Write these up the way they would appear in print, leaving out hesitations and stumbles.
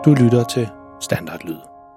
Du lytter til Standardlyd.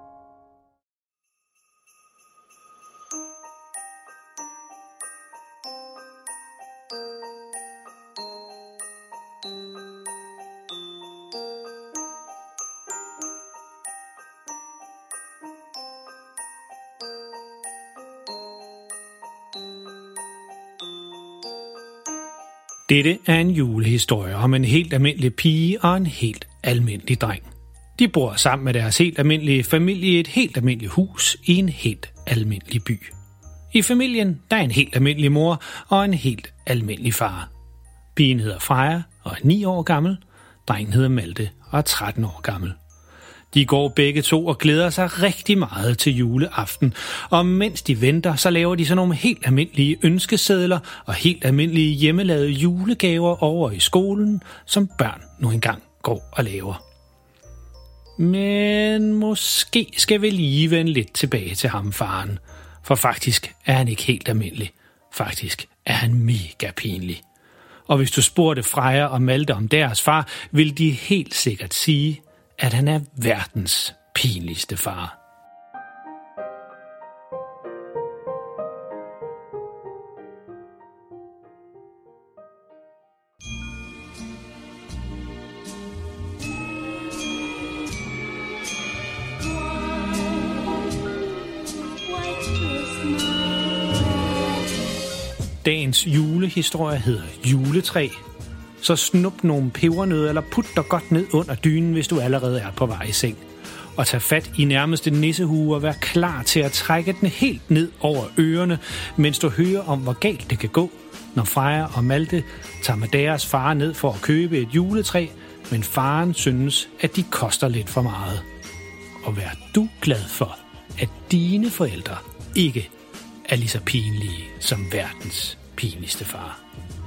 Dette er en julehistorie om en helt almindelig pige og en helt almindelig dreng. De bor sammen med deres helt almindelige familie i et helt almindeligt hus i en helt almindelig by. I familien der er en helt almindelig mor og en helt almindelig far. Pigen hedder Freja og er 9 år gammel. Drengen hedder Malte og er 13 år gammel. De går begge to og glæder sig rigtig meget til juleaften, og mens de venter, så laver de sådan nogle helt almindelige ønskesedler og helt almindelige hjemmelavede julegaver over i skolen, som børn nu engang går og laver. Men måske skal vi lige vende lidt tilbage til ham, faren, for faktisk er han ikke helt almindelig. Faktisk er han mega pinlig. Og hvis du spurgte Freja og Malte om deres far, vil de helt sikkert sige, at han er verdens pinligste far. Dagens julehistorie hedder Juletræ. Så snup nogle pebernødder eller put dig godt ned under dynen, hvis du allerede er på vej i seng. Og tag fat i nærmeste nissehue og vær klar til at trække den helt ned over ørerne, mens du hører om, hvor galt det kan gå, når Freja og Malte tager med deres far ned for at købe et juletræ, men faren synes, at de koster lidt for meget. Og vær du glad for, at dine forældre ikke er lige så pinlige som verdens pinligste far.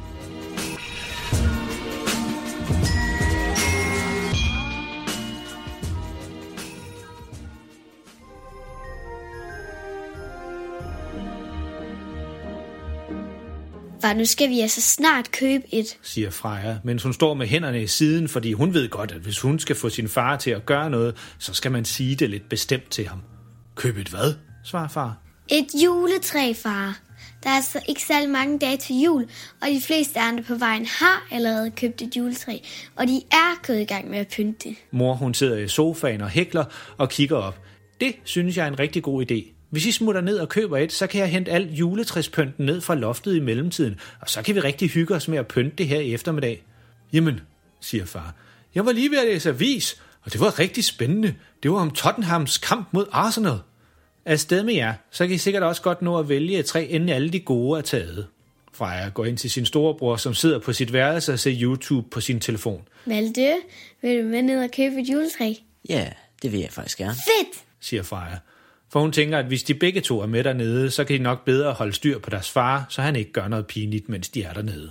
Far, nu skal vi altså snart købe et, siger Freja, mens hun står med hænderne i siden, fordi hun ved godt, at hvis hun skal få sin far til at gøre noget, så skal man sige det lidt bestemt til ham. Køb et hvad? Svarer far. Et juletræ, far. Der er altså ikke særlig mange dage til jul, og de fleste andre på vejen har allerede købt et juletræ, og de er gået i gang med at pynte det. Mor, hun sidder i sofaen og hækler og kigger op. Det synes jeg er en rigtig god idé. Hvis I smutter ned og køber et, så kan jeg hente alt juletræspynten ned fra loftet i mellemtiden, og så kan vi rigtig hygge os med at pynte det her i eftermiddag. Jamen, siger far, jeg var lige ved at læse avis, og det var rigtig spændende. Det var om Tottenhams kamp mod Arsenal. Afsted med jer, så kan I sikkert også godt nå at vælge et træ, inden alle de gode er taget. Freja går ind til sin storebror, som sidder på sit værelse og ser YouTube på sin telefon. Malte, vil du med ned og købe et juletræ? Ja, det vil jeg faktisk gerne. Fedt, siger Freja. For hun tænker, at hvis de begge to er med dernede, så kan de nok bedre holde styr på deres far, så han ikke gør noget pinligt, mens de er dernede.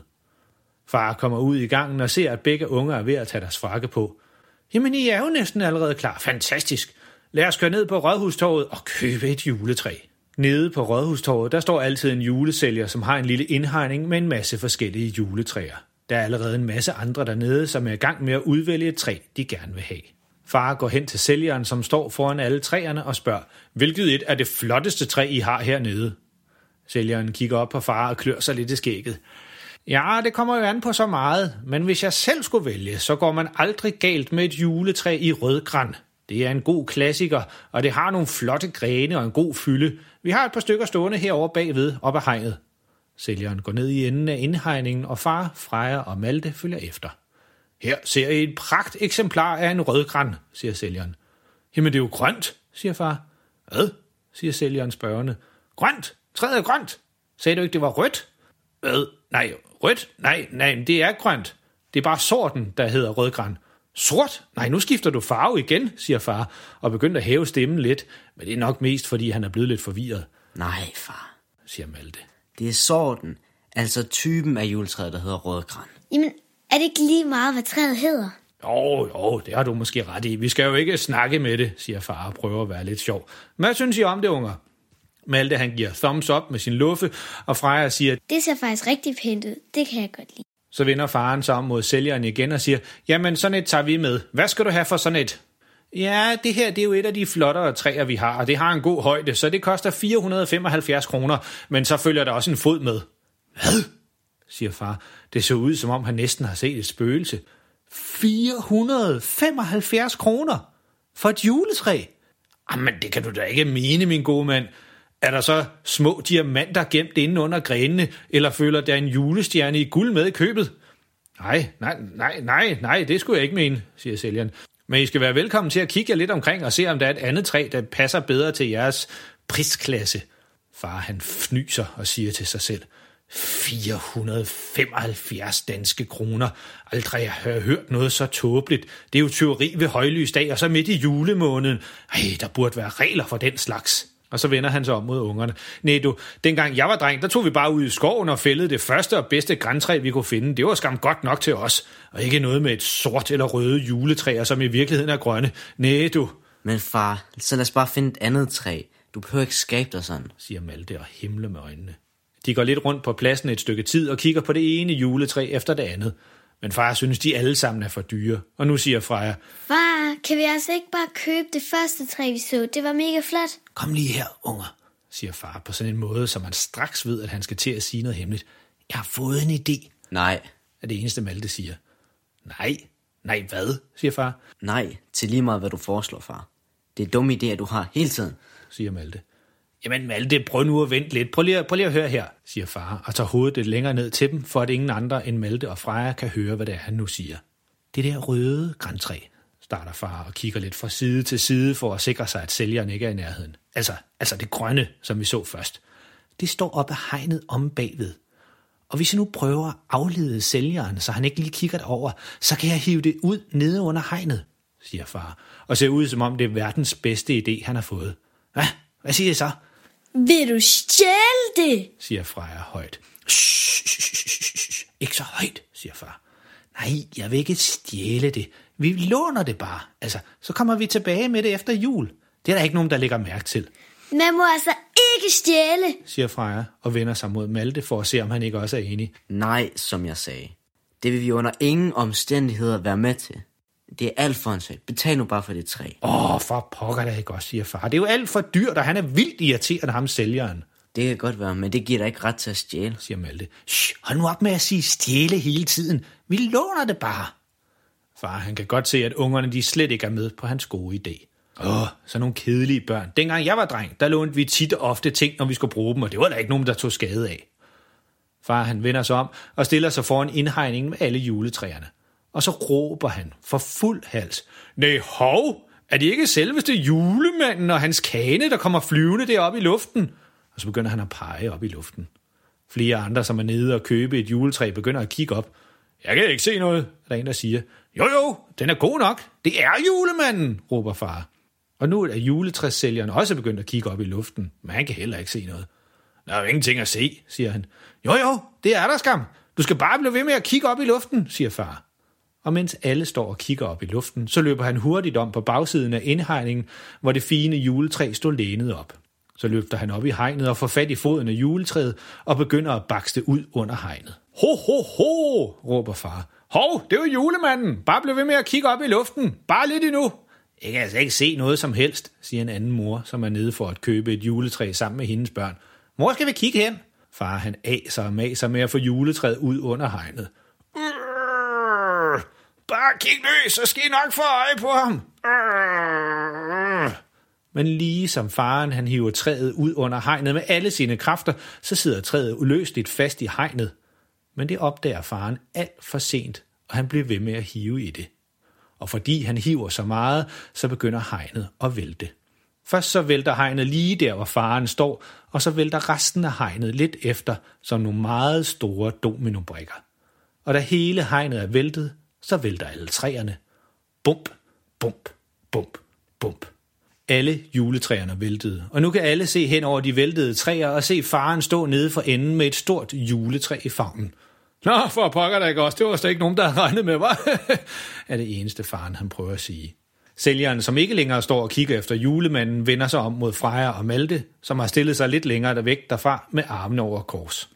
Far kommer ud i gangen og ser, at begge unger er ved at tage deres frakke på. Jamen, I er jo næsten allerede klar. Fantastisk. Lad os køre ned på Rådhustorvet og købe et juletræ. Nede på Rådhustorvet, der står altid en julesælger, som har en lille indhegning med en masse forskellige juletræer. Der er allerede en masse andre dernede, som er i gang med at udvælge et træ, de gerne vil have. Far går hen til sælgeren, som står foran alle træerne og spørger, hvilket et er det flotteste træ, I har hernede? Sælgeren kigger op på far og klør sig lidt i skægget. Ja, det kommer jo an på så meget, men hvis jeg selv skulle vælge, så går man aldrig galt med et juletræ i rødgran. Det er en god klassiker, og det har nogle flotte grene og en god fylde. Vi har et par stykker stående herovre bagved, op ad hegnet. Sælgeren går ned i enden af indhegningen, og far, Freja og Malte følger efter. Her ser I et pragt eksemplar af en rødgran, siger sælgeren. Jamen det er jo grønt, siger far. Hvad? Siger sælgeren spørgende. Grønt? Træet er grønt. Sagde du ikke, det var rødt? Hvad? Nej, rødt? Nej, det er grønt. Det er bare sorten, der hedder rødgran. Sort? Nej, nu skifter du farve igen, siger far, og begynder at hæve stemmen lidt, men det er nok mest, fordi han er blevet lidt forvirret. Nej, far, siger Malte. Det er sorten, altså typen af juletræet, der hedder rødgran. Jamen, er det ikke lige meget, hvad træet hedder? Jo, det har du måske ret i. Vi skal jo ikke snakke med det, siger far og prøver at være lidt sjov. Hvad synes I om det, unger? Malte, han giver thumbs up med sin luffe, og Freja siger, det ser faktisk rigtig pænt ud. Det kan jeg godt lide. Så vender faren sig om mod sælgeren igen og siger, jamen sådan et tager vi med. Hvad skal du have for sådan et? Ja, det her det er jo et af de flottere træer, vi har, og det har en god højde, så det koster 475 kroner, men så følger der også en fod med. Hvad? Siger far. Det så ud, som om han næsten har set et spøgelse. 475 kroner for et juletræ? Jamen, det kan du da ikke mene, min gode mand. Er der så små diamanter gemt inde under grenene, eller følger der en julestjerne i guld med i købet? Nej, det skulle jeg ikke mene, siger sælgeren. Men I skal være velkommen til at kigge jer lidt omkring og se, om der er et andet træ, der passer bedre til jeres prisklasse. Far, han fnyser og siger til sig selv, 475 danske kroner. Aldrig har jeg hørt noget så tåbeligt. Det er jo tyveri ved højlysdag, og så midt i julemåneden. Der burde være regler for den slags. Og så vender han sig om mod ungerne. Nej du, dengang jeg var dreng, der tog vi bare ud i skoven og fældede det første og bedste grantræ, vi kunne finde. Det var skam godt nok til os. Og ikke noget med et sort eller røde juletræer, som i virkeligheden er grønne. Nej du. Men far, så lad os bare finde et andet træ. Du behøver ikke skabe dig sådan, siger Malte og himler med øjnene. De går lidt rundt på pladsen et stykke tid og kigger på det ene juletræ efter det andet. Men far synes, de alle sammen er for dyre. Og nu siger Freja, far, kan vi altså ikke bare købe det første træ, vi så? Det var mega flot. Kom lige her, unger, siger far på sådan en måde, så man straks ved, at han skal til at sige noget hemmeligt. Jeg har fået en idé. Nej. Er det eneste, Malte siger. Nej, hvad, siger far. Nej, til lige meget, hvad du foreslår, far. Det er dumme idéer, du har hele tiden, siger Malte. Jamen Malte, prøv nu at vente lidt. Prøv lige at høre her, siger far, og tager hovedet lidt længere ned til dem, for at ingen andre end Malte og Freja kan høre, hvad det er, han nu siger. Det der røde grantræ, starter far og kigger lidt fra side til side for at sikre sig, at sælgeren ikke er i nærheden. Altså det grønne, som vi så først. Det står op af hegnet om bagved. Og hvis jeg nu prøver at aflede sælgeren, så han ikke lige kigger derover, så kan jeg hive det ud nede under hegnet, siger far, og ser ud som om det er verdens bedste idé, han har fået. Hvad siger I så? Vil du stjæle det? Siger Freja højt. Shh, ikke så højt, siger far. Nej, jeg vil ikke stjæle det. Vi låner det bare. Altså, så kommer vi tilbage med det efter jul. Det er der ikke nogen, der lægger mærke til. Man må altså ikke stjæle, siger Freja og vender sig mod Malte for at se, om han ikke også er enig. Nej, som jeg sagde. Det vil vi under ingen omstændigheder være med til. Det er alt for en sag. Betal nu bare for det træ. For pokker da ikke også, siger far. Det er jo alt for dyrt, og han er vildt irriterende, ham sælgeren. Det kan godt være, men det giver dig ikke ret til at stjæle, siger Malte. Hold nu op med at sige stjæle hele tiden. Vi låner det bare. Far, han kan godt se, at ungerne de slet ikke er med på hans gode idé. Så nogle kedelige børn. Dengang jeg var dreng, der lånte vi tit og ofte ting, når vi skulle bruge dem, og det var der ikke nogen, der tog skade af. Far, han vender sig om og stiller sig foran indhegningen med alle juletræerne. Og så råber han for fuld hals. Nej, hov! Er det ikke selveste julemanden og hans kane, der kommer flyvende deroppe i luften? Og så begynder han at pege op i luften. Flere andre, som er nede og købe et juletræ, begynder at kigge op. Jeg kan ikke se noget, er der en, der siger. Jo, den er god nok. Det er julemanden, råber far. Og nu er juletræssælgeren også begyndt at kigge op i luften, men han kan heller ikke se noget. Der er jo ingenting at se, siger han. Jo, det er der skam. Du skal bare blive ved med at kigge op i luften, siger far. Og mens alle står og kigger op i luften, så løber han hurtigt om på bagsiden af indhegningen, hvor det fine juletræ stod lænet op. Så løfter han op i hegnet og får fat i foden af juletræet og begynder at bakse ud under hegnet. Ho, råber far. Hov, det er jo julemanden. Bare bliv ved med at kigge op i luften. Bare lidt endnu. Jeg kan altså ikke se noget som helst, siger en anden mor, som er nede for at købe et juletræ sammen med hendes børn. Hvor skal vi kigge hen? Far, han aser og maser med at få juletræet ud under hegnet. Bare kig løs, så skal I nok få øje på ham. Men lige som faren han hiver træet ud under hegnet med alle sine kræfter, så sidder træet uløseligt fast i hegnet. Men det opdager faren alt for sent, og han bliver ved med at hive i det. Og fordi han hiver så meget, så begynder hegnet at vælte. Først så vælter hegnet lige der, hvor faren står, og så vælter resten af hegnet lidt efter, som nogle meget store dominobrikker. Og da hele hegnet er væltet, så vælter alle træerne. Bump, bump, bump, bump. Alle juletræerne væltede, og nu kan alle se hen over de væltede træer og se faren stå nede for enden med et stort juletræ i favnen. Nå, for pokker da ikke også, det var slet ikke nogen, der havde regnet med, hva'? er det eneste faren, han prøver at sige. Sælgeren, som ikke længere står og kigger efter julemanden, vender sig om mod Freja og Malte, som har stillet sig lidt længere væk derfra med armene over kors.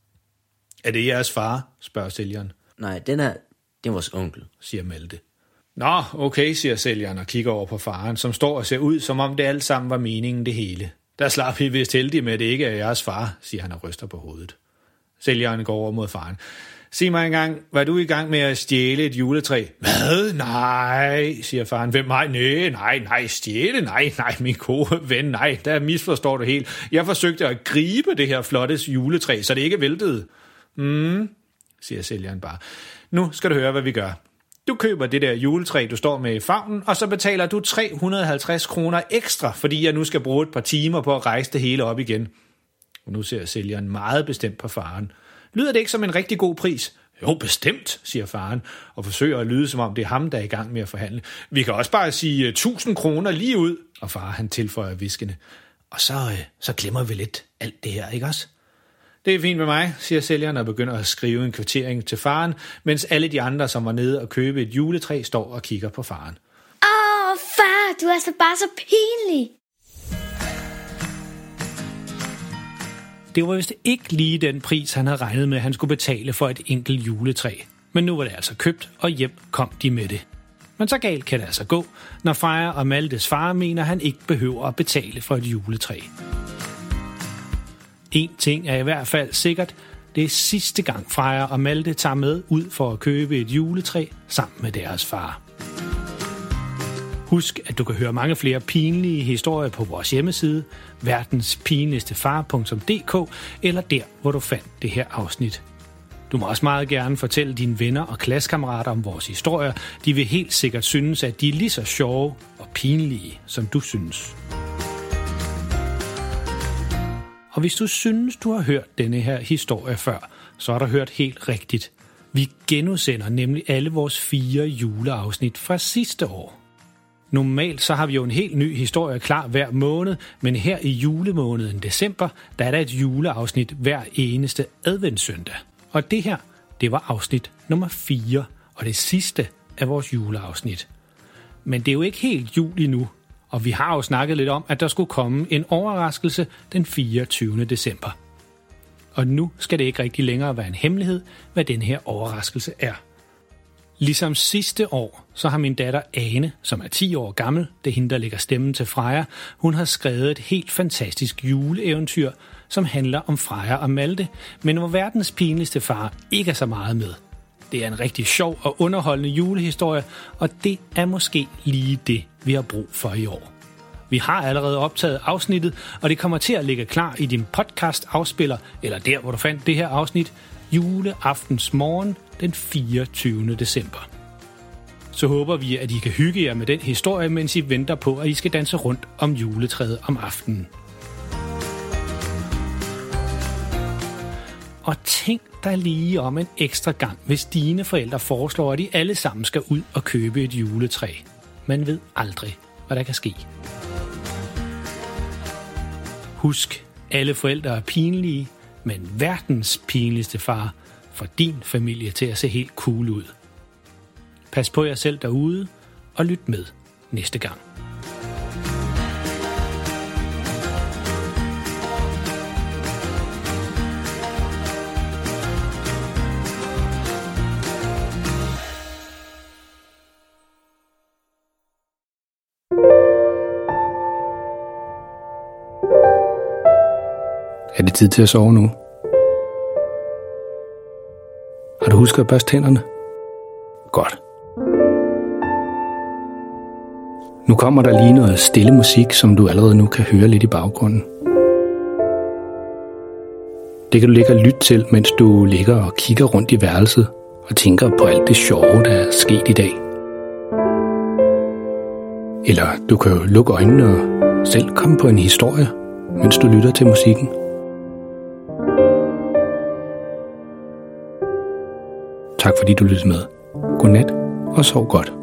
Er det jeres far? Spørger sælgeren. Nej, det er vores onkel, siger Malte. Nå, okay, siger sælgeren og kigger over på faren, som står og ser ud, som om det alt sammen var meningen det hele. Der slap I vist heldig med, at det ikke er jeres far, siger han og ryster på hovedet. Sælgeren går over mod faren. Sig mig engang, var du i gang med at stjæle et juletræ? Hvad? Nej, siger faren. Hvem mig? Nej, stjæle? Nej, min gode ven, nej, der misforstår du helt. Jeg forsøgte at gribe det her flotte juletræ, så det ikke væltede. Siger sælgeren bare. Nu skal du høre, hvad vi gør. Du køber det der juletræ, du står med i favnen, og så betaler du 350 kroner ekstra, fordi jeg nu skal bruge et par timer på at rejse det hele op igen. Og nu ser sælgeren meget bestemt på faren. Lyder det ikke som en rigtig god pris? Jo, bestemt, siger faren, og forsøger at lyde, som om det er ham, der er i gang med at forhandle. Vi kan også bare sige 1000 kroner lige ud, og far han tilføjer hviskende. Og så glemmer vi lidt alt det her, ikke også? Det er fint med mig, siger sælgeren og begynder at skrive en kvittering til faren, mens alle de andre, som var nede og købe et juletræ, står og kigger på faren. Far, du er så bare så pinlig. Det var vist ikke lige den pris, han havde regnet med, at han skulle betale for et enkelt juletræ. Men nu var det altså købt, og hjem kom de med det. Men så galt kan det altså gå, når Freja og Maltes far mener, at han ikke behøver at betale for et juletræ. En ting er i hvert fald sikkert, det er sidste gang Freja og Malte tager med ud for at købe et juletræ sammen med deres far. Husk, at du kan høre mange flere pinlige historier på vores hjemmeside, verdenspinligstefar.dk, eller der, hvor du fandt det her afsnit. Du må også meget gerne fortælle dine venner og klassekammerater om vores historier. De vil helt sikkert synes, at de er lige så sjove og pinlige, som du synes. Og hvis du synes, du har hørt denne her historie før, så har du hørt helt rigtigt. Vi genudsender nemlig alle vores 4 juleafsnit fra sidste år. Normalt så har vi jo en helt ny historie klar hver måned, men her i julemåneden december, der er der et juleafsnit hver eneste adventssøndag. Og det her, det var afsnit nummer 4, og det sidste af vores juleafsnit. Men det er jo ikke helt jul endnu, og vi har jo snakket lidt om, at der skulle komme en overraskelse den 24. december. Og nu skal det ikke rigtig længere være en hemmelighed, hvad den her overraskelse er. Ligesom sidste år, så har min datter Ane, som er 10 år gammel, det er hende, der lægger stemmen til Freja, hun har skrevet et helt fantastisk juleeventyr, som handler om Freja og Malte, men hvor verdens pinligste far ikke er så meget med. Det er en rigtig sjov og underholdende julehistorie, og det er måske lige det, vi har brug for i år. Vi har allerede optaget afsnittet, og det kommer til at ligge klar i din podcast-afspiller, eller der, hvor du fandt det her afsnit, juleaftens morgen den 24. december. Så håber vi, at I kan hygge jer med den historie, mens I venter på, at I skal danse rundt om juletræet om aftenen. Og tænk dig lige om en ekstra gang, hvis dine forældre foreslår, at de alle sammen skal ud og købe et juletræ. Man ved aldrig, hvad der kan ske. Husk, alle forældre er pinlige, men verdens pinligste far får din familie til at se helt cool ud. Pas på jer selv derude, og lyt med næste gang. Er det tid til at sove nu? Har du husket at børste tænderne? Godt. Nu kommer der lige noget stille musik, som du allerede nu kan høre lidt i baggrunden. Det kan du ligge og lytte til, mens du ligger og kigger rundt i værelset og tænker på alt det sjove, der er sket i dag. Eller du kan jo lukke øjnene og selv komme på en historie, mens du lytter til musikken. Tak fordi du lyttede med. Godnat og sov godt.